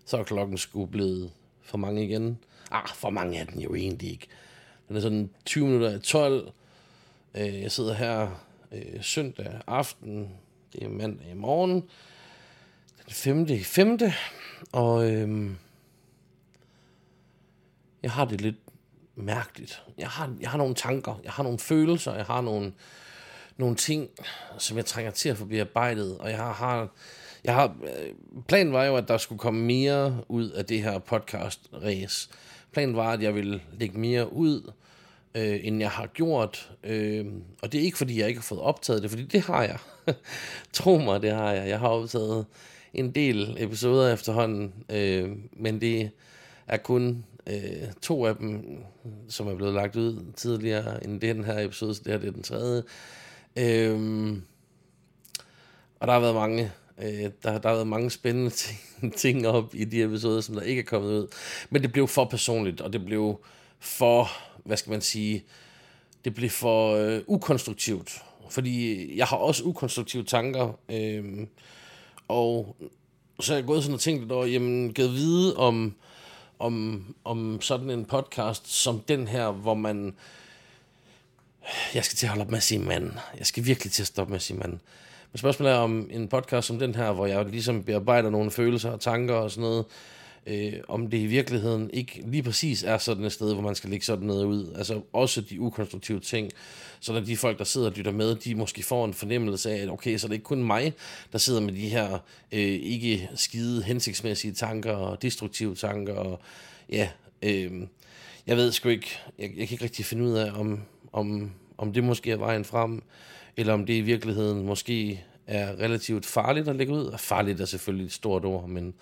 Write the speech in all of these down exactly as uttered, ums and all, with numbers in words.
så er klokken sgu blevet for mange igen. Ah, for mange er den jo egentlig ikke. Den er sådan tyve minutter i tolv. Øh, jeg sidder her øh, søndag aften. Det er mandag i morgen. Den femte i femte. Og øh, jeg har det lidt mærkeligt. Jeg har, jeg har nogle tanker. Jeg har nogle følelser. Jeg har nogle, nogle ting, som jeg trænger til at få bearbejdet. Og jeg har... har Jeg har, planen var jo, at der skulle komme mere ud af det her podcast-ræs. Planen var, at jeg ville lægge mere ud, øh, end jeg har gjort. Øh, og det er ikke, fordi jeg ikke har fået optaget det, fordi det har jeg. Tro mig, det har jeg. Jeg har optaget en del episoder efterhånden, øh, men det er kun øh, to af dem, som er blevet lagt ud tidligere end den her episode, så det her det er den tredje. Øh, og der har været mange... Der, der har været mange spændende ting, ting op i de episoder, som der ikke er kommet ud. Men det blev for personligt, og det blev for, hvad skal man sige, det blev for øh, ukonstruktivt. Fordi jeg har også ukonstruktive tanker, øh, og så er jeg gået sådan og tænkt lidt over, jamen, givet vide om, om, om sådan en podcast som den her, hvor man, jeg skal til at holde op med at sige mand. Jeg skal virkelig til at stoppe med at sige mand. Men spørgsmålet er om en podcast som den her, hvor jeg ligesom bearbejder nogle følelser og tanker og sådan noget, øh, om det i virkeligheden ikke lige præcis er sådan et sted, hvor man skal lægge sådan noget ud. Altså også de ukonstruktive ting, så når de folk, der sidder og lytter med, de måske får en fornemmelse af, at okay, så er det ikke kun mig, der sidder med de her øh, ikke skide hensigtsmæssige tanker og destruktive tanker. Og ja, øh, jeg ved sgu ikke, jeg, jeg kan ikke rigtig finde ud af, om, om, om det måske er vejen frem, eller om det i virkeligheden måske er relativt farligt at lægge ud. Farligt er selvfølgelig et stort ord, men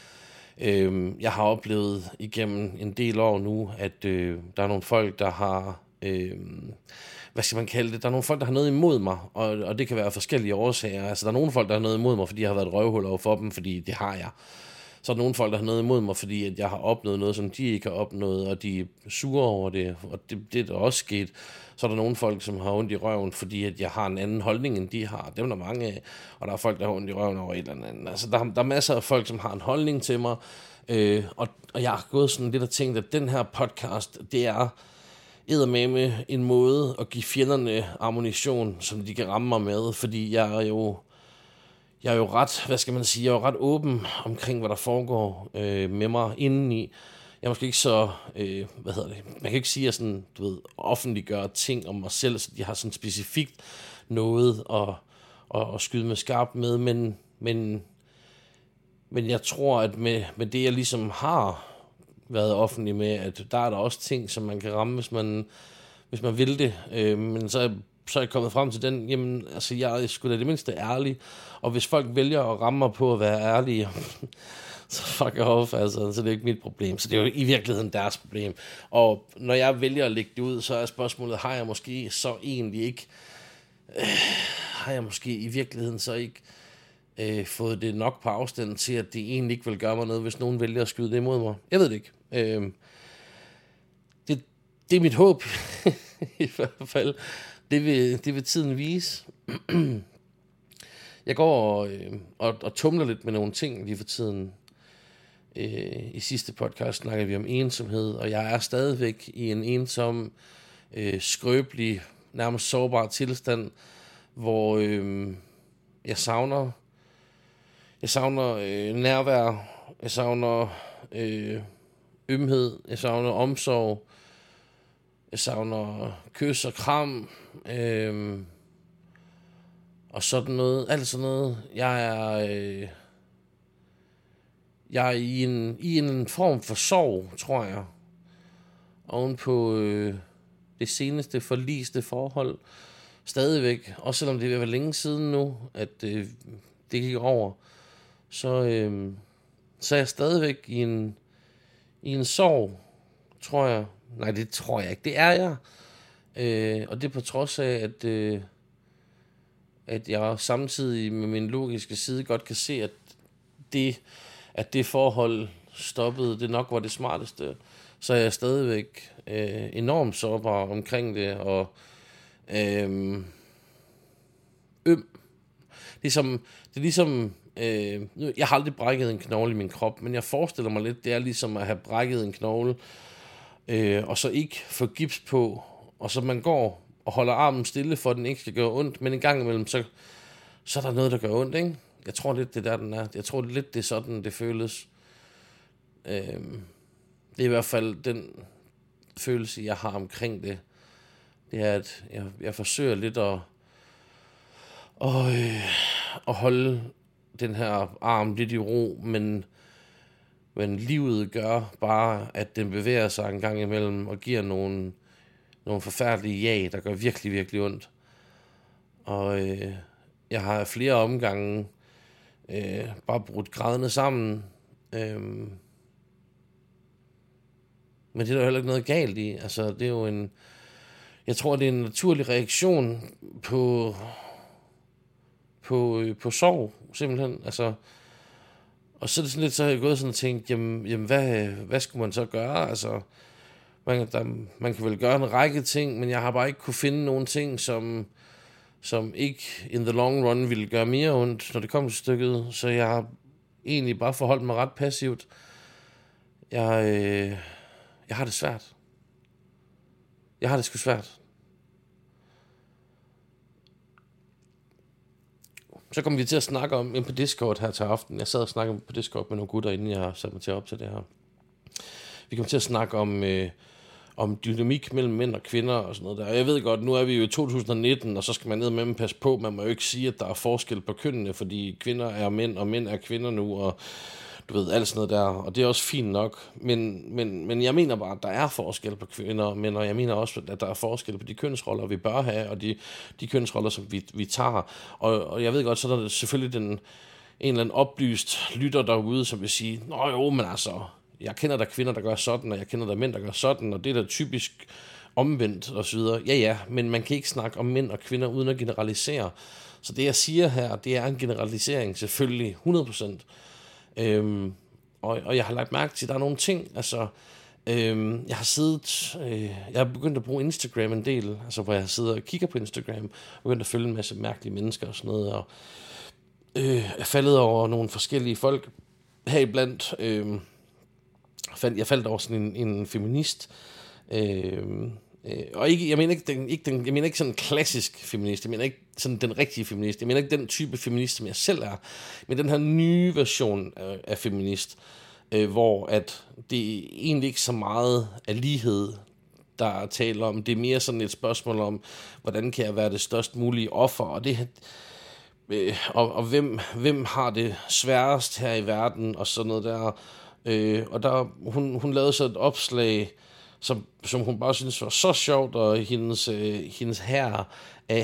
øh, jeg har oplevet igennem en del år nu, at øh, der er nogle folk, der har, øh, hvad skal man kalde det, der er nogle folk, der har noget imod mig, og, og det kan være forskellige årsager. Altså der er nogle folk, der har noget imod mig, fordi jeg har været et røvhul over for dem, fordi det har jeg. Så er der nogle folk, der har noget imod mig, fordi at jeg har opnået noget, som de ikke har opnået, og de er sure over det, og det, det er der også sket. Så er der nogle folk, som har ondt i røven, fordi at jeg har en anden holdning, end de har. Dem er der mange af, og der er folk, der har ondt i røven over et eller andet. Altså, der, der er masser af folk, som har en holdning til mig, øh, og, og jeg har gået sådan lidt og tænkt, at den her podcast, det er eddermame en måde at give fjenderne ammunition, som de kan ramme mig med, fordi jeg er jo... Jeg er jo ret, hvad skal man sige, jeg er jo ret åben omkring, hvad der foregår øh, med mig indeni. Jeg er måske ikke så, øh, hvad hedder det, man kan ikke sige, at jeg sådan, du ved, offentliggør ting om mig selv, så jeg har sådan specifikt noget at, at, at skyde med skarpt med, men, men, men jeg tror, at med, med det, jeg ligesom har været offentlig med, at der er der også ting, som man kan ramme, hvis man, hvis man vil det, øh, men så så er jeg kommet frem til den, jamen, altså, jeg er sgu da det mindste ærlig, og hvis folk vælger at ramme mig på at være ærlige, så fuck off, altså, så det er ikke mit problem, så det er jo i virkeligheden deres problem, og når jeg vælger at lægge det ud, så er spørgsmålet, har jeg måske så egentlig ikke, øh, har jeg måske i virkeligheden så ikke øh, fået det nok på afstand til, at det egentlig ikke vil gøre mig noget, hvis nogen vælger at skyde det imod mig, jeg ved det ikke, øh, det, det er mit håb, i hvert fald. Det vil, det vil tiden vise. Jeg går og, øh, og, og tumler lidt med nogle ting lige for tiden. Øh, I sidste podcast snakkede vi om ensomhed, og jeg er stadigvæk i en ensom, øh, skrøbelig, nærmest sårbar tilstand, hvor øh, jeg savner, jeg savner øh, nærvær, jeg savner øh, ømhed, jeg savner omsorg, jeg savner kys og kram, øhm, og sådan noget, alt sådan noget. Jeg er, øh, jeg er i en, i en form for sorg, tror jeg, oven på øh, det seneste forliste forhold, stadigvæk, også selvom det vil være længe siden nu, at øh, det gik over, så, øh, så er jeg stadigvæk i en, i en sorg, tror jeg. Nej, det tror jeg ikke. Det er jeg. Øh, og det er på trods af, at, øh, at jeg samtidig med min logiske side godt kan se, at det, at det forhold stoppede, det nok var det smarteste. Så er jeg stadigvæk øh, enormt sårbar omkring det, og øh, øm. Ligesom, det er ligesom Øh, jeg har aldrig brækket en knogle i min krop, men jeg forestiller mig lidt, det er ligesom at have brækket en knogle, øh, og så ikke få gips på, og så man går og holder armen stille, for at den ikke skal gøre ondt, men en gang imellem, så, så er der noget, der gør ondt, ikke? Jeg tror lidt, det der, den er. Jeg tror lidt, det er sådan, det føles. Øh, det er i hvert fald den følelse, jeg har omkring det. Det er, at jeg, jeg forsøger lidt at, og, øh, at holde den her arm lidt i ro, men, men livet gør bare, at den bevæger sig en gang imellem og giver nogle, nogle forfærdelige ja, der gør virkelig, virkelig ondt. Og øh, jeg har flere omgange øh, bare brudt grædende sammen. Øh, men det er der heller ikke noget galt i. Altså, det er jo en... Jeg tror, det er en naturlig reaktion på... på, på sorg, simpelthen. Altså, og så er det sådan lidt, så har jeg gået sådan og tænkt, jamen, jamen hvad, hvad skulle man så gøre? Altså, man, der, man kan vel gøre en række ting, men jeg har bare ikke kunne finde nogen ting, som, som ikke in the long run ville gøre mere ondt, når det kom til stykket. Så jeg har egentlig bare forholdt mig ret passivt. Jeg, øh, jeg har det svært. Jeg har det sgu svært. Så kommer vi til at snakke om ind på Discord her til aften. Jeg sad og snakkede på Discord med nogle gutter, inden jeg satte mig til op til det her. Vi kommer til at snakke om, øh, om dynamik mellem mænd og kvinder og sådan noget der. Og jeg ved godt, nu er vi jo i to tusind nitten, og så skal man ned med dem passe på. Man må jo ikke sige, at der er forskel på kønnene, fordi kvinder er mænd, og mænd er kvinder nu, og du ved, alt sådan noget der. Og det er også fint nok. Men, men, men jeg mener bare, at der er forskel på kvinder og mænd, og jeg mener også, at der er forskel på de kønsroller, vi bør have, og de, de kønsroller, som vi, vi tager. Og, og jeg ved godt, så er der selvfølgelig den, en eller anden oplyst lytter derude, som vil sige, nå jo, men altså, jeg kender der kvinder, der gør sådan, og jeg kender der mænd, der gør sådan, og det er da typisk omvendt, og så videre. Ja, ja, men man kan ikke snakke om mænd og kvinder, uden at generalisere. Så det, jeg siger her, det er en generalisering, selvfølgelig, hundrede procent. Øhm, og, og jeg har lagt mærke til, at der er nogle ting, altså, øhm, jeg har siddet, øh, jeg har begyndt at bruge Instagram en del, altså hvor jeg sidder og kigger på Instagram, og begyndt at følge en masse mærkelige mennesker og sådan noget, og øh, jeg faldet over nogle forskellige folk, heriblandt, øh, faldt, jeg faldt over sådan en, en feminist, øh, Øh, og ikke, jeg mener ikke, den, ikke den, jeg mener ikke sådan en klassisk feminist, jeg mener ikke sådan den rigtige feminist, jeg mener ikke den type feminist, som jeg selv er, men den her nye version af, af feminist, øh, hvor at det egentlig ikke så meget er lighed, der taler om, det er mere sådan et spørgsmål om, hvordan kan jeg være det størst mulige offer, og det øh, og, og hvem, hvem har det sværest her i verden, og sådan noget der, øh, og der, hun, hun lavede så et opslag, Som, som hun bare synes var så sjovt, og hendes, øh, hendes hær af,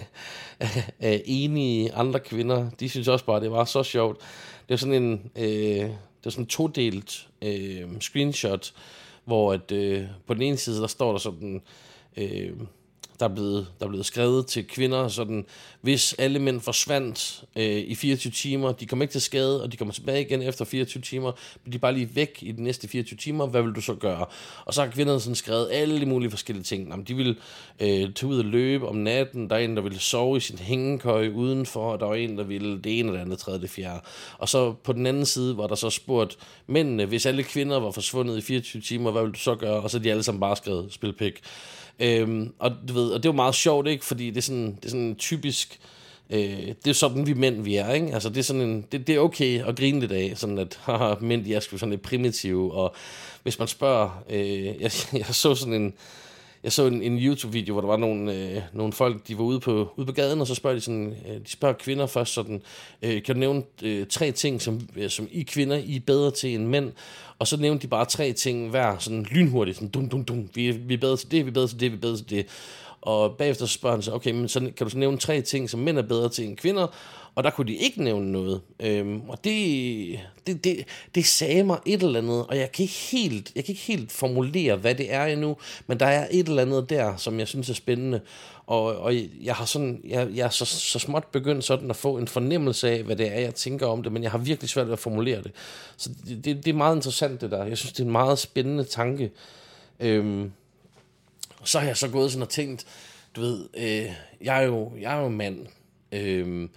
af enige andre kvinder, de synes også bare, det var så sjovt. Det er sådan en, øh, det er sådan en todelt øh, screenshot, hvor at, øh, på den ene side, der står der sådan, øh, der er, blevet, der er blevet skrevet til kvinder, sådan, hvis alle mænd forsvandt øh, i fireogtyve timer, de kommer ikke til skade, og de kommer tilbage igen efter fireogtyve timer, men de er bare lige væk i de næste fireogtyve timer, hvad vil du så gøre? Og så har kvinderne sådan skrevet alle de mulige forskellige ting. Jamen, de vil øh, tage ud og løbe om natten, der er en, der ville sove i sin hængekøje udenfor, og der var en, der ville det ene, det andet, tredje, det fjerde. Og så på den anden side var der så spurgt mændene, hvis alle kvinder var forsvundet i fireogtyve timer, hvad vil du så gøre? Og så er de alle sammen bare skrevet, spil pik. Øhm, og du ved, og det er jo meget sjovt, ikke, fordi det er sådan, det er sådan typisk, øh, det er sådan vi mænd vi er, ikke, altså det er sådan en, det, det er okay at grine lidt af, sådan at haha, mænd de er sgu sådan lidt primitive, og hvis man spørger, øh, jeg, jeg så sådan en, jeg så en, en YouTube-video, hvor der var nogle, øh, nogle folk, de var ude på, ude på gaden, og så spørger de sådan, øh, de spørger kvinder først sådan, øh, kan du nævne øh, tre ting, som, øh, som I kvinder, I er bedre til end mænd? Og så nævnte de bare tre ting hver, sådan lynhurtigt, sådan dum, dum, dum, vi, vi er bedre til det, vi er bedre til det, vi er bedre til det. Og bagefter så spørger han så, okay, men så kan du så nævne tre ting, som mænd er bedre til end kvinder? Og der kunne de ikke nævne noget. Øhm, og det, det, det, det sagde mig et eller andet, og jeg kan, ikke helt, jeg kan ikke helt formulere, hvad det er endnu, men der er et eller andet der, som jeg synes er spændende. Og, og jeg har sådan, jeg, jeg er så, så småt begyndt sådan at få en fornemmelse af, hvad det er, jeg tænker om det, men jeg har virkelig svært ved at formulere det. Så det, det, det er meget interessant, det der. Jeg synes, det er en meget spændende tanke. Øhm, så har jeg så gået sådan og tænkt, du ved, øh, jeg er jo, jeg er jo mand, øhm,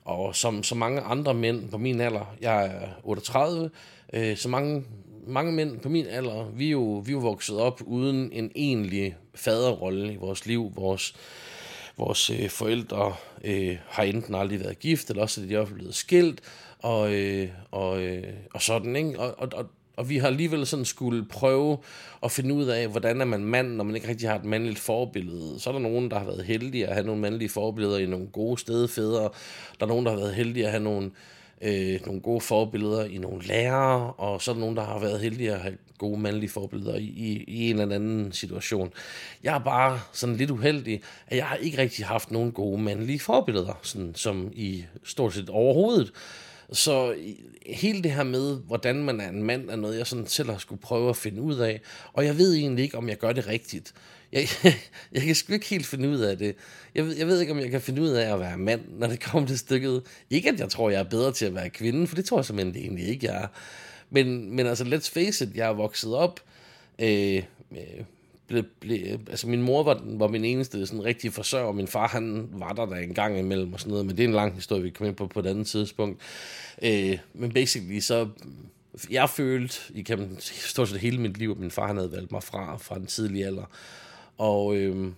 og som så mange andre mænd på min alder, jeg er otteogtredive, øh, så mange, mange mænd på min alder, vi er, jo, vi er jo vokset op uden en egentlig faderrolle i vores liv. Vores, vores øh, forældre øh, har enten aldrig været gift, eller også er de også blevet skilt, og, øh, og, øh, og sådan, ikke? Og, og, og, og vi har alligevel sådan skulle prøve at finde ud af, hvordan er man mand, når man ikke rigtig har et mandligt forbillede. Så er der nogen, der har været heldige at have nogle mandlige forbilleder i nogle gode stedfædre. Der er nogen, der har været heldige at have nogle, øh, nogle gode forbilleder i nogle lærere, og så er der nogen, der har været heldige at have gode mandlige forbilleder i, i, i en eller anden situation. Jeg er bare sådan lidt uheldig, at jeg har ikke rigtig haft nogen gode mandlige forbilleder, sådan, som i stort set overhovedet. Så hele det her med, hvordan man er en mand, er noget, jeg sådan selv har skulle prøve at finde ud af. Og jeg ved egentlig ikke, om jeg gør det rigtigt. Jeg, jeg, jeg kan sgu ikke helt finde ud af det. Jeg ved, jeg ved ikke, om jeg kan finde ud af at være mand, når det kommer til stykket. Ikke, at jeg tror, jeg er bedre til at være kvinde, for det tror jeg simpelthen det egentlig ikke, jeg er. Men, men altså, let's face it, jeg er vokset op... Øh, Ble, ble, altså min mor var, var min eneste sådan rigtige forsørger, og min far han var der der en gang imellem og sådan noget, men det er en lang historie, vi kommer ind på på et andet tidspunkt. Øh, men basically så, jeg følte, I kan stort set hele mit liv, at min far han havde valgt mig fra, fra en tidlig alder. Og øh,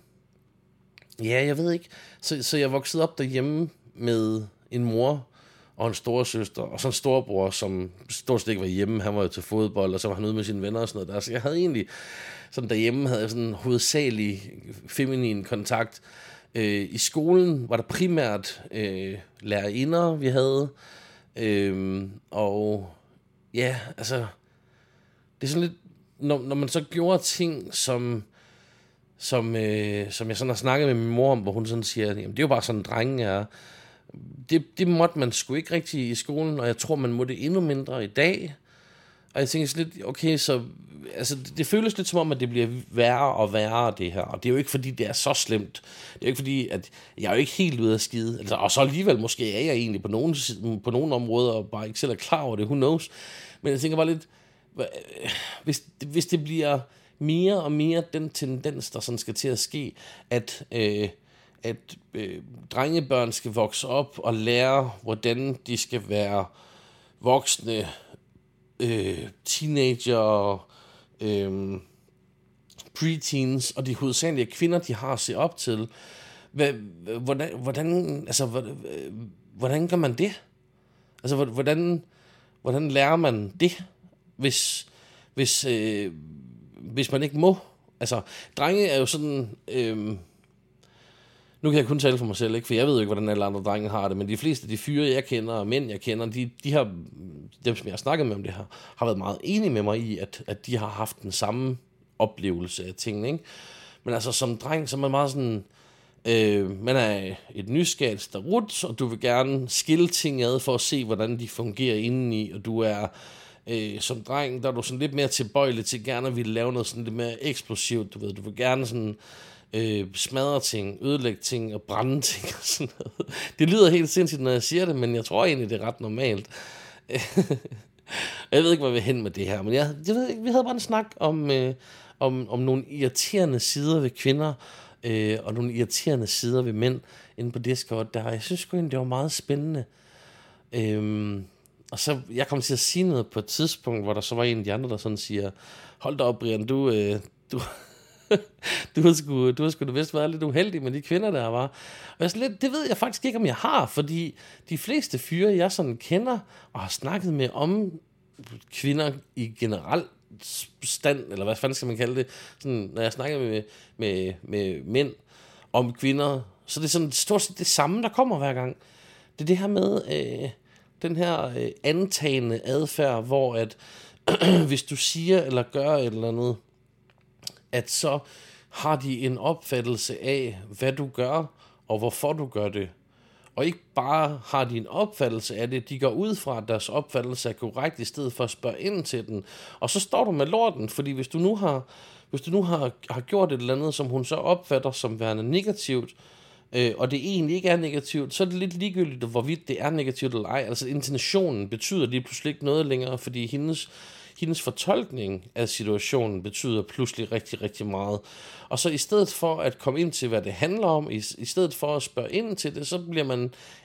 ja, jeg ved ikke, så, så jeg voksede op derhjemme med en mor og en storesøster, og så en storebror, som stort set ikke var hjemme. Han var jo til fodbold, og så var han ude med sine venner og sådan noget der. Så jeg havde egentlig, sådan derhjemme, havde jeg sådan hovedsagelig feminin kontakt. Øh, I skolen var der primært øh, lærerinder, vi havde. Øh, og ja, altså, det er sådan lidt, når, når man så gjorde ting, som... Som, øh, som jeg sådan har snakket med min mor om, hvor hun sådan siger, jamen det er jo bare sådan, drenge er. Det, det måtte man sgu ikke rigtig i skolen, og jeg tror, man må det endnu mindre i dag. Og jeg tænker sådan lidt, okay, så altså, det, det føles lidt som om, at det bliver værre og værre, det her. Og det er jo ikke, fordi det er så slemt. Det er jo ikke, fordi at jeg er jo ikke helt ude af skide. Altså, og så alligevel måske er jeg egentlig på nogle, på nogle områder, og bare ikke selv er klar over det, who knows. Men jeg tænker bare lidt, hvis, hvis det bliver mere og mere den tendens, der sådan skal til at ske, at... Øh, at øh, drengebørn skal vokse op og lære, hvordan de skal være voksne, øh, teenager, øh, preteens, og de hovedsagelige kvinder, de har at se op til. Hvordan, hvordan, altså, hvordan gør man det? Altså, hvordan, hvordan lærer man det, hvis, hvis, øh, hvis man ikke må? Altså, drenge er jo sådan... Øh, Nu kan jeg kun tale for mig selv, ikke? For jeg ved jo ikke, hvordan alle andre drenge har det, men de fleste af de fyre, jeg kender, og mænd, jeg kender, de, de har, dem som jeg har snakket med om det her, har været meget enige med mig i, at, at de har haft den samme oplevelse af tingene, ikke? Men altså, som dreng, så er man meget sådan, øh, man er et nysgerrigt starut, og du vil gerne skille ting ad for at se, hvordan de fungerer indeni, og du er... Øh, som dreng, der er du sådan lidt mere tilbøjelig til gerne at ville lave noget sådan lidt mere eksplosivt, du ved, du vil gerne sådan... Øh, smadre ting, ødelægge ting og brænde ting og sådan noget. Det lyder helt sindssygt, når jeg siger det, men jeg tror egentlig, det er ret normalt. Jeg ved ikke, hvad vi vil hen med det her, men jeg, jeg ved ikke, vi havde bare en snak om, øh, om, om nogle irriterende sider ved kvinder, øh, og nogle irriterende sider ved mænd inde på Discord der. Jeg synes sgu egentlig, det var meget spændende. Øhm, og så, jeg kom til at sige noget på et tidspunkt, hvor der så var en af de andre, der sådan siger, hold da op, Brian, du... Øh, du Du har sgu, du har sgu da vist været lidt uheldig med de kvinder, der var. Og jeg lidt, det ved jeg faktisk ikke, om jeg har, fordi de fleste fyre, jeg sådan kender og har snakket med om kvinder i generelt stand, eller hvad fanden skal man kalde det, sådan, når jeg snakker med, med, med mænd om kvinder, så det er sådan stort set det samme, der kommer hver gang. Det er det her med øh, den her øh, antagende adfærd, hvor at hvis du siger eller gør et eller andet, at så har de en opfattelse af, hvad du gør, og hvorfor du gør det. Og ikke bare har de en opfattelse af det, de går ud fra, at deres opfattelse er korrekt, i stedet for at spørge ind til den. Og så står du med lorten, fordi hvis du nu har, hvis du nu har, har gjort et eller andet, som hun så opfatter som værende negativt, øh, og det egentlig ikke er negativt, så er det lidt ligegyldigt, hvorvidt det er negativt eller ej. Altså intentionen betyder lige pludselig ikke noget længere, fordi hendes... Hendes fortolkning af situationen betyder pludselig rigtig, rigtig meget. Og så i stedet for at komme ind til, hvad det handler om, i, i stedet for at spørge ind til det, så bliver man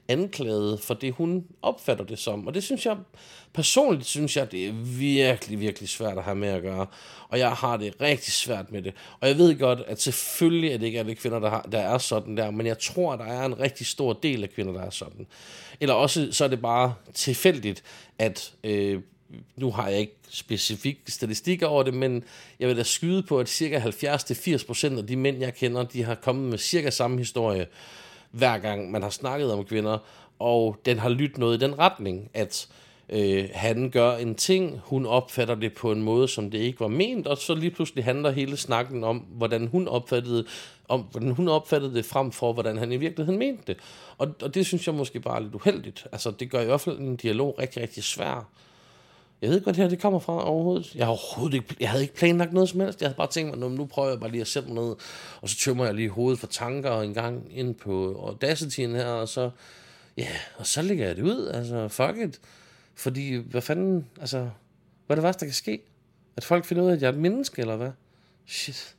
anklaget for det, hun opfatter det som. Og det synes jeg, personligt synes jeg, det er virkelig, virkelig svært at have med at gøre. Og jeg har det rigtig svært med det. Og jeg ved godt, at selvfølgelig er det ikke alle kvinder, der, har, der er sådan der, men jeg tror, at der er en rigtig stor del af kvinder, der er sådan. Eller også så er det bare tilfældigt, at øh, nu har jeg ikke specifik statistikker over det, men jeg vil da skyde på, at cirka halvfjerds til firs procent af de mænd, jeg kender, de har kommet med cirka samme historie, hver gang man har snakket om kvinder, og den har lyttet noget i den retning, at øh, han gør en ting, hun opfatter det på en måde, som det ikke var ment, og så lige pludselig handler hele snakken om, hvordan hun opfattede, om, hvordan hun opfattede det, frem for, hvordan han i virkeligheden mente det. Og, og det synes jeg måske bare er lidt uheldigt. Altså, det gør i hvert fald en dialog rigtig, rigtig svær. Jeg ved ikke, hvor det her det kommer fra overhovedet. Jeg, overhovedet ikke, jeg havde ikke planlagt noget som helst. Jeg havde bare tænkt mig, nu prøver jeg bare lige at sætte mig ned, og så tømmer jeg lige hovedet for tanker en gang ind på Audacityen her, og så, ja, yeah, og så lægger jeg det ud. Altså, fuck it. Fordi, hvad fanden, altså, hvad er det værste, der kan ske? At folk finder ud af, at jeg er et menneske, eller hvad? Shit.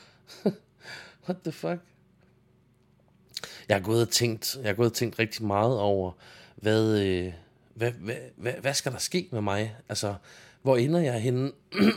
What the fuck? Jeg har gået og tænkt, jeg har gået og tænkt rigtig meget over, hvad... Øh, Hvad, hvad, hvad, hvad skal der ske med mig? Altså, hvor ender jeg henne?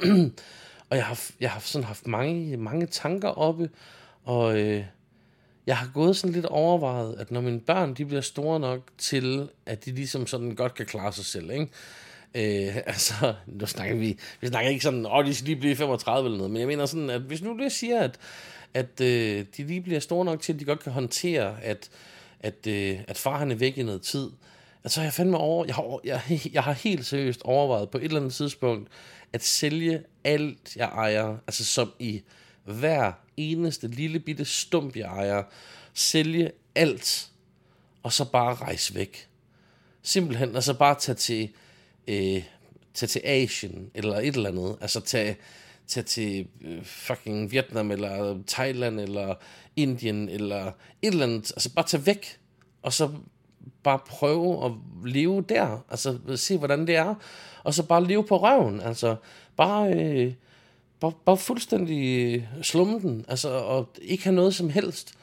Og jeg har, jeg har sådan haft mange, mange tanker oppe, og øh, jeg har gået sådan lidt overvejet, at når mine børn de bliver store nok til, at de ligesom sådan godt kan klare sig selv, ikke? Øh, altså, nu snakker vi, vi snakker ikke sådan, åh, de skal lige blive femogtredive eller noget, men jeg mener sådan, at hvis nu det siger, at, at øh, de lige bliver store nok til, at de godt kan håndtere, at, at, øh, at far han er væk i noget tid, altså jeg fandme over, jeg har, jeg, jeg har helt seriøst overvejet på et eller andet tidspunkt, at sælge alt, jeg ejer, altså som i hver eneste lille bitte stump, jeg ejer, sælge alt, og så bare rejse væk. Simpelthen, altså bare tage til, øh, tage til Asien, eller et eller andet, altså tage, tage til øh, fucking Vietnam, eller Thailand, eller Indien, eller et eller andet, altså bare tage væk, og så bare prøve at leve der, altså se hvordan det er, og så bare leve på røven, altså bare, øh, bare, bare fuldstændig slumme den, altså og ikke have noget som helst,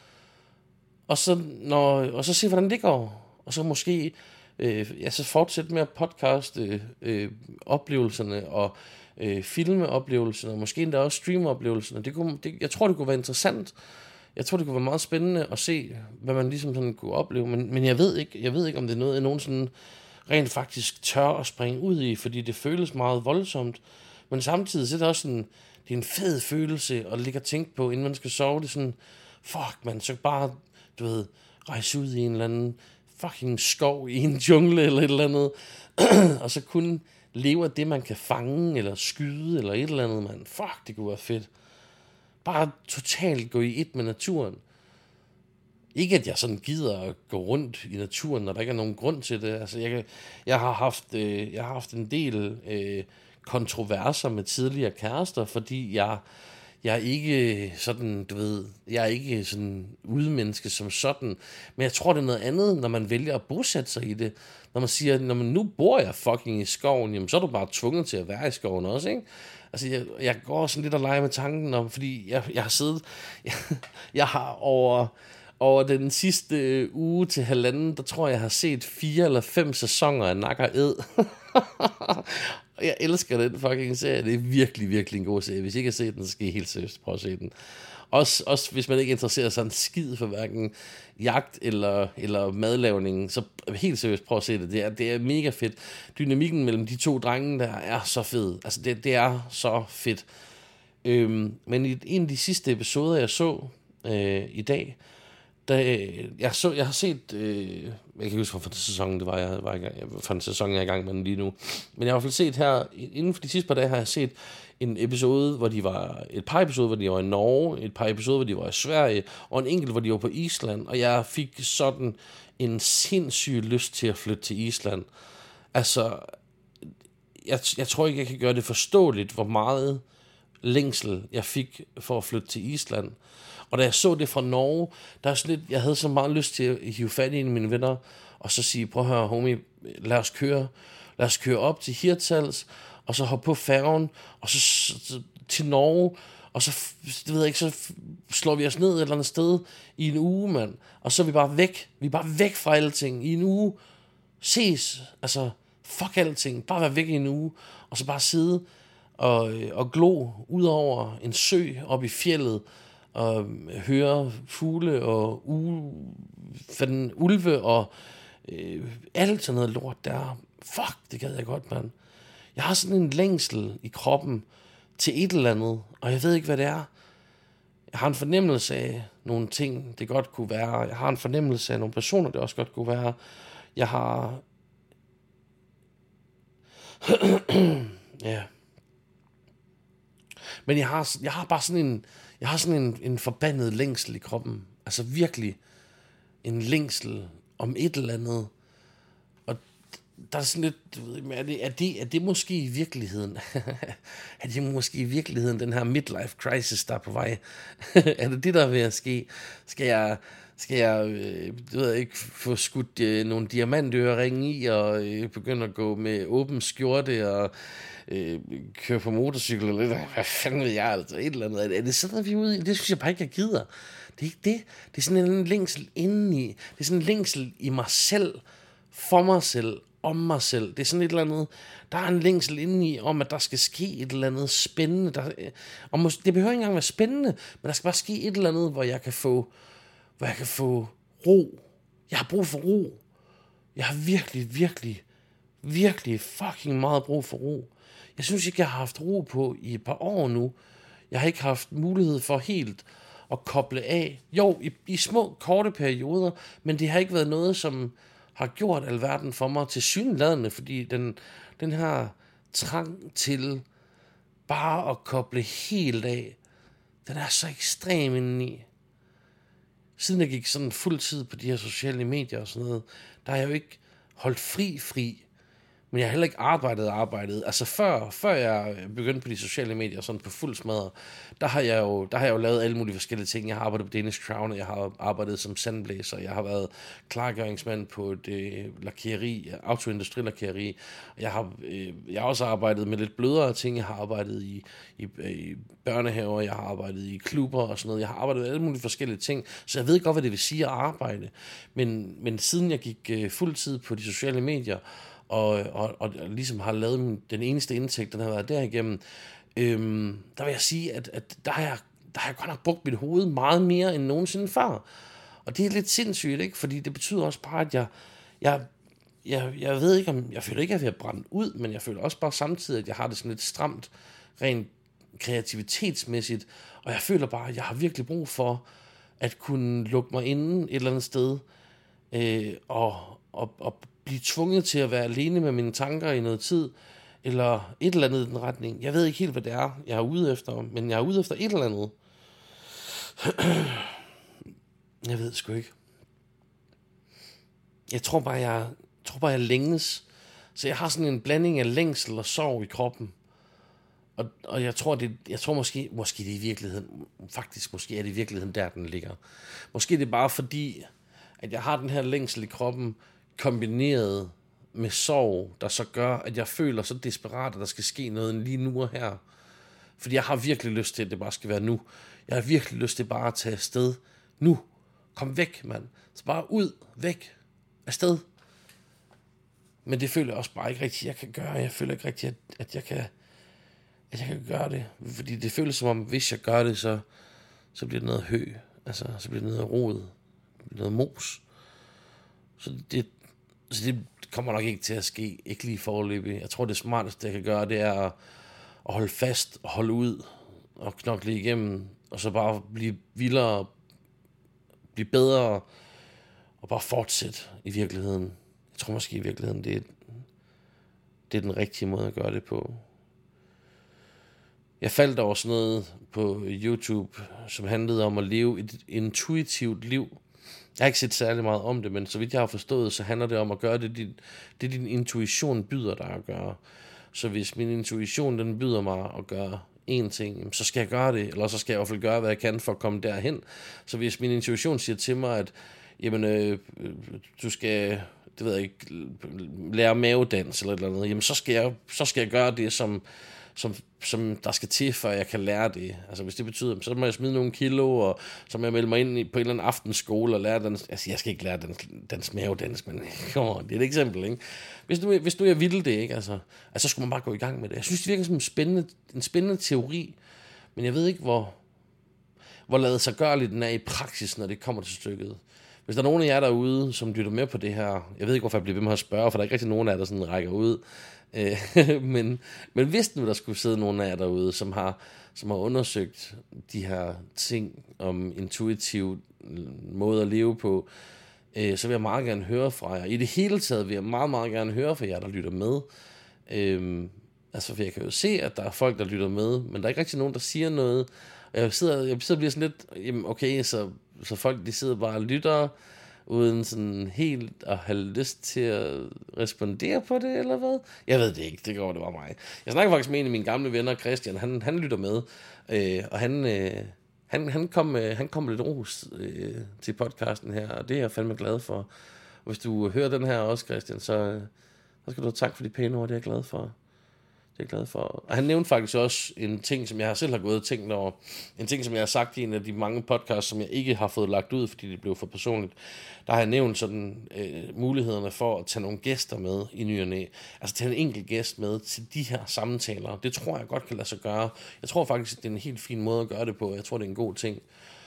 og så, når, og så se hvordan det går, og så måske øh, ja, så fortsætte med at podcaste øh, oplevelserne, og øh, filme oplevelserne, og måske endda også streame oplevelserne, det kunne, det, jeg tror det kunne være interessant. Jeg tror, det kunne være meget spændende at se, hvad man ligesom sådan kunne opleve, men, men jeg ved ikke, jeg ved ikke, om det er noget, jeg nogensinde rent faktisk tør at springe ud i, fordi det føles meget voldsomt, men samtidig så er det også sådan, det er en fed følelse at ligge og tænke på, inden man skal sove, det er sådan, fuck man, så bare, du ved, rejse ud i en eller anden fucking skov i en jungle eller et eller andet, og så kun leve af det, man kan fange, eller skyde, eller et eller andet, man, fuck, det kunne være fedt. Bare totalt gå i et med naturen. Ikke at jeg sådan gider at gå rundt i naturen, når der ikke er nogen grund til det. Altså jeg, jeg har haft øh, jeg har haft en del øh, kontroverser med tidligere kærester, fordi jeg jeg er ikke sådan, du ved, jeg er ikke sådan udmenneske som sådan, men jeg tror det er noget andet, når man vælger at bosætte sig i det. Når man siger, når man nu bor jeg fucking i skoven, jamen så er du bare tvunget til at være i skoven også, ikke? Altså, jeg, jeg går sådan lidt og leger med tanken om, fordi jeg, jeg har siddet, jeg, jeg har over, over den sidste uge til halvanden, der tror jeg, jeg har set fire eller fem sæsoner af Nak og Æd. Jeg elsker den fucking serie, det er virkelig, virkelig en god serie. Hvis I ikke har set den, så skal I helt seriøst prøve at se den. Også, også hvis man ikke interesserer sig en skid for hverken jagt eller, eller madlavning, så helt seriøst prøv at se det. Det er, det er mega fedt. Dynamikken mellem de to drenge der er så fed. Altså det, det er så fedt. Øhm, men i en af de sidste episoder, jeg så øh, i dag, der, jeg, så, jeg har set, øh, jeg kan ikke huske, hvorfor sæson det var, jeg var i gang, for en sæson, jeg er i gang med den lige nu. Men jeg har i hvert fald set her, inden for de sidste par dage, har jeg set en episode, hvor de var, et par episoder, hvor de var i Norge, et par episoder, hvor de var i Sverige, og en enkelt, hvor de var på Island, og jeg fik sådan en sindssyg lyst til at flytte til Island. Altså, jeg, jeg tror ikke, jeg kan gøre det forståeligt, hvor meget længsel jeg fik for at flytte til Island. Og da jeg så det fra Norge, der er sådan lidt, jeg havde så meget lyst til at hive fat i en af mine venner, og så sige, prøv at høre, homie, lad os køre, lad os køre op til Hirtshals, og så hoppe på færgen, og så til Norge, og så, det ved jeg ikke, så slår vi os ned et eller andet sted i en uge, mand, og så er vi bare væk, vi er bare væk fra alting i en uge, ses, altså, fuck alting, bare være væk i en uge, og så bare sidde og, og glo ud over en sø op i fjeldet, og høre fugle og u, fanden, ulve og øh, alt sådan noget lort der. Fuck, det gad jeg godt, mand. Jeg har sådan en længsel i kroppen til et eller andet, og jeg ved ikke, hvad det er. Jeg har en fornemmelse af nogle ting, det godt kunne være. Jeg har en fornemmelse af nogle personer, det også godt kunne være. Jeg har... ja. Men jeg har, jeg har bare sådan en... Jeg har sådan en, en forbandet længsel i kroppen. Altså virkelig en længsel om et eller andet. Og der er sådan lidt, du ved, er det, er det, er det måske i virkeligheden, er det måske i virkeligheden den her midlife crisis, der er på vej? Er det det, der er ved at ske? Skal jeg, skal jeg øh, du ved ikke, få skudt øh, nogle diamantøreringe i, og øh, begynde at gå med åben skjorte, og øh, køre på motorcykel, eller lidt, hvad fanden ved jeg, altså, et eller andet. Er det sådan, at vi er ude i? Det synes jeg bare ikke, jeg gider. Det er ikke det. Det er sådan en længsel indeni. Det er sådan en længsel i mig selv, for mig selv, om mig selv. Det er sådan et eller andet, der er en længsel indeni om, at der skal ske et eller andet spændende. Der, og mås- det behøver ikke engang være spændende, men der skal bare ske et eller andet, hvor jeg kan få, hvor jeg kan få ro. Jeg har brug for ro. Jeg har virkelig, virkelig, virkelig fucking meget brug for ro. Jeg synes ikke, jeg har haft ro på i et par år nu. Jeg har ikke haft mulighed for helt at koble af. Jo, i, i små, korte perioder, men det har ikke været noget, som har gjort alverden for mig til synladende, fordi den, den her trang til bare at koble helt af, den er så ekstrem indeni. Siden jeg gik sådan fuld tid på de her sociale medier og sådan noget, der har jeg jo ikke holdt fri fri, men jeg har heller ikke arbejdet og arbejdet. Altså før, før jeg begyndte på de sociale medier, sådan på fuld smadre, der har jeg jo, der har jeg jo lavet alle mulige forskellige ting. Jeg har arbejdet på Danish Crown, jeg har arbejdet som sandblæser, jeg har været klargøringsmand på det lakeri, autoindustrilakeri. Jeg har, øh, jeg har også arbejdet med lidt blødere ting. Jeg har arbejdet i, i, i børnehaver, jeg har arbejdet i klubber og sådan noget. Jeg har arbejdet med alle mulige forskellige ting, så jeg ved godt, hvad det vil sige at arbejde. Men, men siden jeg gik øh, fuld tid på de sociale medier, Og, og, og ligesom har lavet den eneste indtægt, den har været derigennem, øhm, der vil jeg sige, at, at der, har jeg, der har jeg godt nok brugt mit hoved meget mere end nogensinde før. Og det er lidt sindssygt, ikke? Fordi det betyder også bare, at jeg, jeg, jeg, jeg ved ikke, om jeg føler ikke, at jeg er ved at brænde ud, men jeg føler også bare samtidig, at jeg har det sådan lidt stramt, rent kreativitetsmæssigt, og jeg føler bare, at jeg har virkelig brug for at kunne lukke mig inde et eller andet sted, øh, og, og, og blive tvunget til at være alene med mine tanker i noget tid, eller et eller andet i den retning. Jeg ved ikke helt, hvad det er, jeg er ude efter, men jeg er ude efter et eller andet. Jeg ved sgu ikke. Jeg tror bare, jeg, tror bare, jeg længes. Så jeg har sådan en blanding af længsel og sorg i kroppen. Og, og jeg tror, det, jeg tror måske, måske det er i virkeligheden, faktisk måske er det i virkeligheden der, den ligger. Måske det er bare fordi, at jeg har den her længsel i kroppen, kombineret med sorg, der så gør, at jeg føler så desperat, at der skal ske noget lige nu og her. Fordi jeg har virkelig lyst til, at det bare skal være nu. Jeg har virkelig lyst til bare at tage afsted nu. Kom væk, mand. Så bare ud, væk, afsted. Men det føler jeg også bare ikke rigtigt, jeg kan gøre. Jeg føler ikke rigtigt, at, at jeg kan at jeg kan gøre det. Fordi det føles som om, hvis jeg gør det, så, så bliver det noget hø. Altså, så bliver det noget rod. Noget mos. Så det, så det kommer nok ikke til at ske. Ikke lige foreløbig. Jeg tror, det smarteste, jeg kan gøre, det er at, at holde fast og holde ud og knokle igennem. Og så bare blive vildere, blive bedre og bare fortsætte i virkeligheden. Jeg tror måske i virkeligheden, det er, det er den rigtige måde at gøre det på. Jeg faldt over sådan noget på YouTube, som handlede om at leve et intuitivt liv. Jeg har ikke set særlig meget om det, men så vidt jeg har forstået, så handler det om at gøre det, din, det din intuition byder dig at gøre. Så hvis min intuition, den byder mig at gøre én ting, så skal jeg gøre det, eller så skal jeg i hvert fald gøre, hvad jeg kan for at komme derhen. Så hvis min intuition siger til mig, at jamen, øh, du skal, det ved jeg ikke, lære mavedans eller et eller andet, jamen så skal jeg, så skal jeg gøre det, som som, som der skal til, før jeg kan lære det. Altså hvis det betyder, så må jeg smide nogle kilo, og så må jeg melde mig ind i, på en eller anden aftenskole og lære den. Altså jeg skal ikke lære den, den mavedans, men on, det er et eksempel, ikke? Hvis nu, hvis nu jeg ville det, ikke? Altså, altså, så skulle man bare gå i gang med det. Jeg synes, det virker som en spændende, en spændende teori, men jeg ved ikke, hvor, hvor ladet sig gørligt den er i praksis, når det kommer til stykket. Hvis der er nogen af jer derude, som lytter med på det her, jeg ved ikke, hvorfor jeg bliver ved med at spørge, for der er ikke rigtig nogen af jer, der sådan rækker ud. men, men hvis nu der skulle sidde nogen af jer derude, som har, som har undersøgt de her ting om intuitiv måde at leve på, øh, så vil jeg meget gerne høre fra jer. I det hele taget vil jeg meget, meget gerne høre fra jer, der lytter med. Øh, altså, for jeg kan jo se, at der er folk, der lytter med, men der er ikke rigtig nogen, der siger noget. Og jeg sidder, jeg sidder og bliver sådan lidt, jamen okay, så, så folk de sidder bare og lytter, uden sådan helt at have lyst til at respondere på det, eller hvad? Jeg ved det ikke, det går det var mig. Jeg snakker faktisk med en af mine gamle venner, Christian, han, han lytter med, øh, og han, øh, han, han, kom, øh, han kom med lidt ros øh, til podcasten her, og det er jeg fandme glad for. Og hvis du hører den her også, Christian, så, øh, så skal du have tak for de pæne ord, det er jeg glad for. Det er jeg glad for. Og han nævnte faktisk også en ting, som jeg selv har gået og tænkt over. En ting, som jeg har sagt i en af de mange podcasts, som jeg ikke har fået lagt ud, fordi det blev for personligt. Der har jeg nævnt sådan øh, mulighederne for at tage nogle gæster med i ny og næ. Altså tage en enkelt gæst med til de her samtaler. Det tror jeg godt kan lade sig gøre. Jeg tror faktisk, at det er en helt fin måde at gøre det på. Jeg tror, det er en god ting.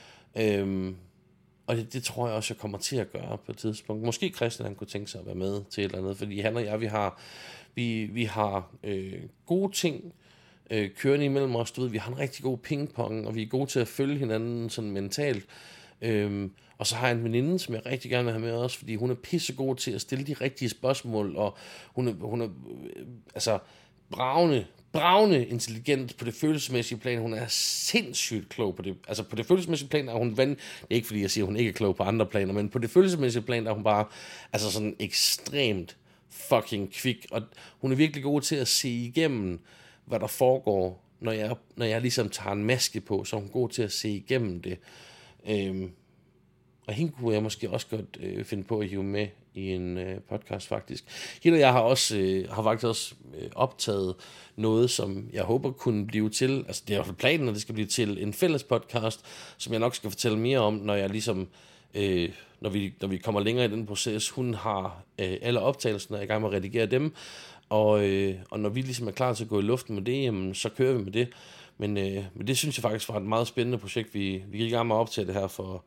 Øhm, og det, det tror jeg også, jeg kommer til at gøre på et tidspunkt. Måske Christian, han kunne tænke sig at være med til et eller andet, fordi han og jeg, vi har... Vi, vi har øh, gode ting øh, kørende imellem os. Du ved, vi har en rigtig god pingpong, og vi er gode til at følge hinanden sådan mentalt. Øhm, og så har jeg en veninde, som jeg rigtig gerne vil have med os, fordi hun er pissegod til at stille de rigtige spørgsmål, og hun er, hun er øh, altså bravende, bravende intelligent på det følelsesmæssige plan. Hun er sindssygt klog på det. Altså på det følelsesmæssige plan er hun vand. Det er ikke fordi jeg siger, at hun ikke er klog på andre planer, men på det følelsesmæssige plan er hun bare altså sådan ekstremt fucking kvik, og hun er virkelig god til at se igennem, hvad der foregår, når jeg, når jeg ligesom tager en maske på, så er hun god til at se igennem det. Øhm, og hende kunne jeg måske også godt øh, finde på at hive med i en øh, podcast faktisk. Hende og jeg har også øh, har faktisk også øh, optaget noget, som jeg håber kunne blive til, altså det er i hvert fald planen, at det skal blive til en fælles podcast, som jeg nok skal fortælle mere om, når jeg ligesom Øh, når, vi, når vi kommer længere i den proces. Hun har øh, alle optagelserne, og er i gang med at redigere dem, og, øh, og når vi ligesom er klar til at gå i luften med det, jamen, så kører vi med det. Men, øh, men det synes jeg faktisk var et meget spændende projekt. Vi, vi gik i gang med at optage det her for,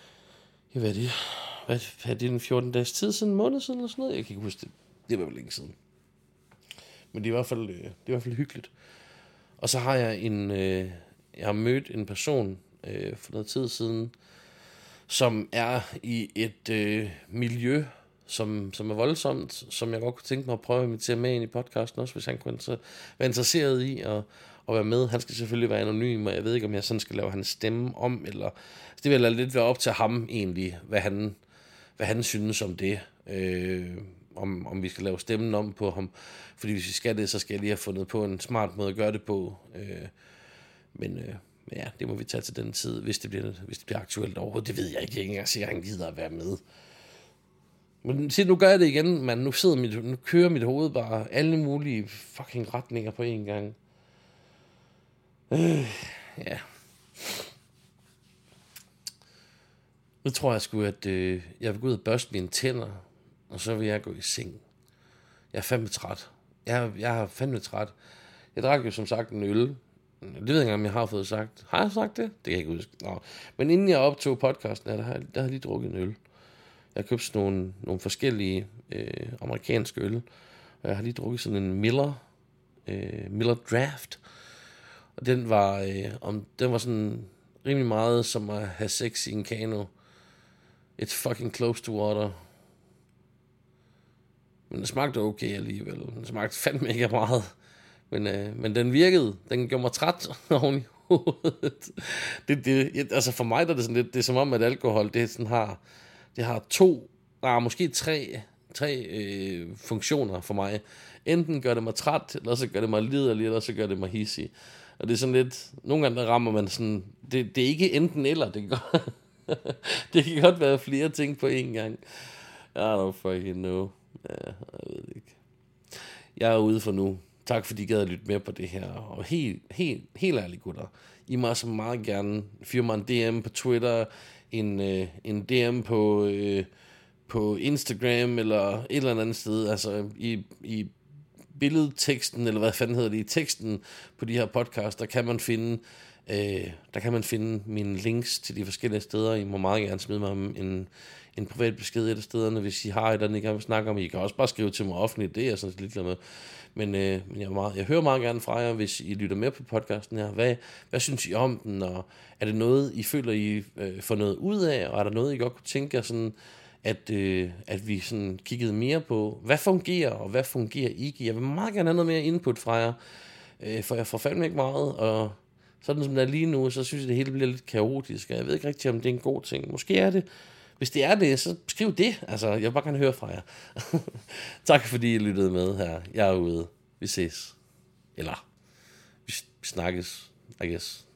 ja, hvad er det? Hvad er det, en fjorten dages tid siden, en måned siden eller sådan noget? Jeg kan ikke huske det. Det var vel længe siden. Men det er i hvert fald, øh, det er i hvert fald hyggeligt. Og så har jeg en, øh, jeg har mødt en person øh, for noget tid siden, som er i et øh, miljø, som, som er voldsomt, som jeg godt kunne tænke mig at prøve at invitere med ind i podcasten også, hvis han kunne være interesseret i at, at være med. Han skal selvfølgelig være anonym, og jeg ved ikke, om jeg sådan skal lave hans stemme om, eller det vil lade lidt være op til ham egentlig, hvad han, hvad han synes om det, øh, om, om vi skal lave stemmen om på ham, fordi hvis vi skal det, så skal jeg lige have fundet på en smart måde at gøre det på, øh, men... Øh, Men ja, det må vi tage til den tid, hvis det bliver, hvis det bliver aktuelt overhovedet. Det ved jeg ikke. Jeg ikke engang siger, at han gider at være med. Men se, nu gør jeg det igen, man. Nu, sidder mit, nu kører mit hoved bare alle mulige fucking retninger på en gang. Øh, ja. Nu tror jeg sgu, at øh, jeg vil gå ud og børste mine tænder, og så vil jeg gå i seng. Jeg er fandme træt. Jeg, jeg er fandme træt. Jeg drak jo som sagt en øl. Det ved jeg ikke, om jeg har fået sagt. Har jeg sagt det? Det kan jeg ikke huske. Nå. Men inden jeg optog podcasten, der har, der har jeg lige drukket en øl. Jeg har købt sådan nogle, nogle forskellige øh, amerikanske øl. Og jeg har lige drukket sådan en Miller, øh, Miller Draft. Og den var, øh, om, den var sådan rimelig meget som at have sex i en kano. It's fucking close to water. Men den smagte okay alligevel. Den smagte fandme ikke meget. Men, øh, men den virkede. Den gjorde mig træt oven i hovedet. Det, det, altså for mig der er det sådan lidt, det er som om, at alkohol, det, sådan har, det har to, nej, måske tre, tre øh, funktioner for mig. Enten gør det mig træt, eller så gør det mig liderlig, eller så gør det mig hissig. Og det er sådan lidt, nogle gange der rammer man sådan, det, det er ikke enten eller, det kan, godt, det kan godt være flere ting på én gang. I don't fucking know. Ja, jeg ved ikke. Jeg er ude for nu. Tak fordi I gad at lytte med på det her. Og helt, helt, helt ærligt, gutter. I må så meget gerne fyre mig en D M på Twitter, en, øh, en D M på, øh, på Instagram eller et eller andet sted. Altså i, i billedteksten, eller hvad fanden hedder det, i teksten på de her podcasts, der kan man finde, øh, der kan man finde mine links til de forskellige steder. I må meget gerne smide mig en, en privat besked et af stederne, hvis I har et eller andet, I gerne vil snakke om. I kan også bare skrive til mig offentligt, det er jeg sådan lidt med. Men, øh, men jeg, meget, jeg hører meget gerne fra jer, hvis I lytter med på podcasten her. Hvad, hvad synes I om den, og er det noget, I føler, I øh, får noget ud af, og er der noget, I godt kunne tænke jer sådan, at, øh, at vi sådan kiggede mere på, hvad fungerer, og hvad fungerer ikke? Jeg vil meget gerne have noget mere input fra jer, øh, for jeg får fandme ikke meget, og sådan som det er lige nu, så synes jeg, det hele bliver lidt kaotisk, og jeg ved ikke rigtig, om det er en god ting. Måske er det. Hvis det er det, så skriv det. Altså, jeg vil bare gerne høre fra jer. Tak fordi I lyttede med her. Jeg er ude. Vi ses. Eller, vi snakkes, I guess.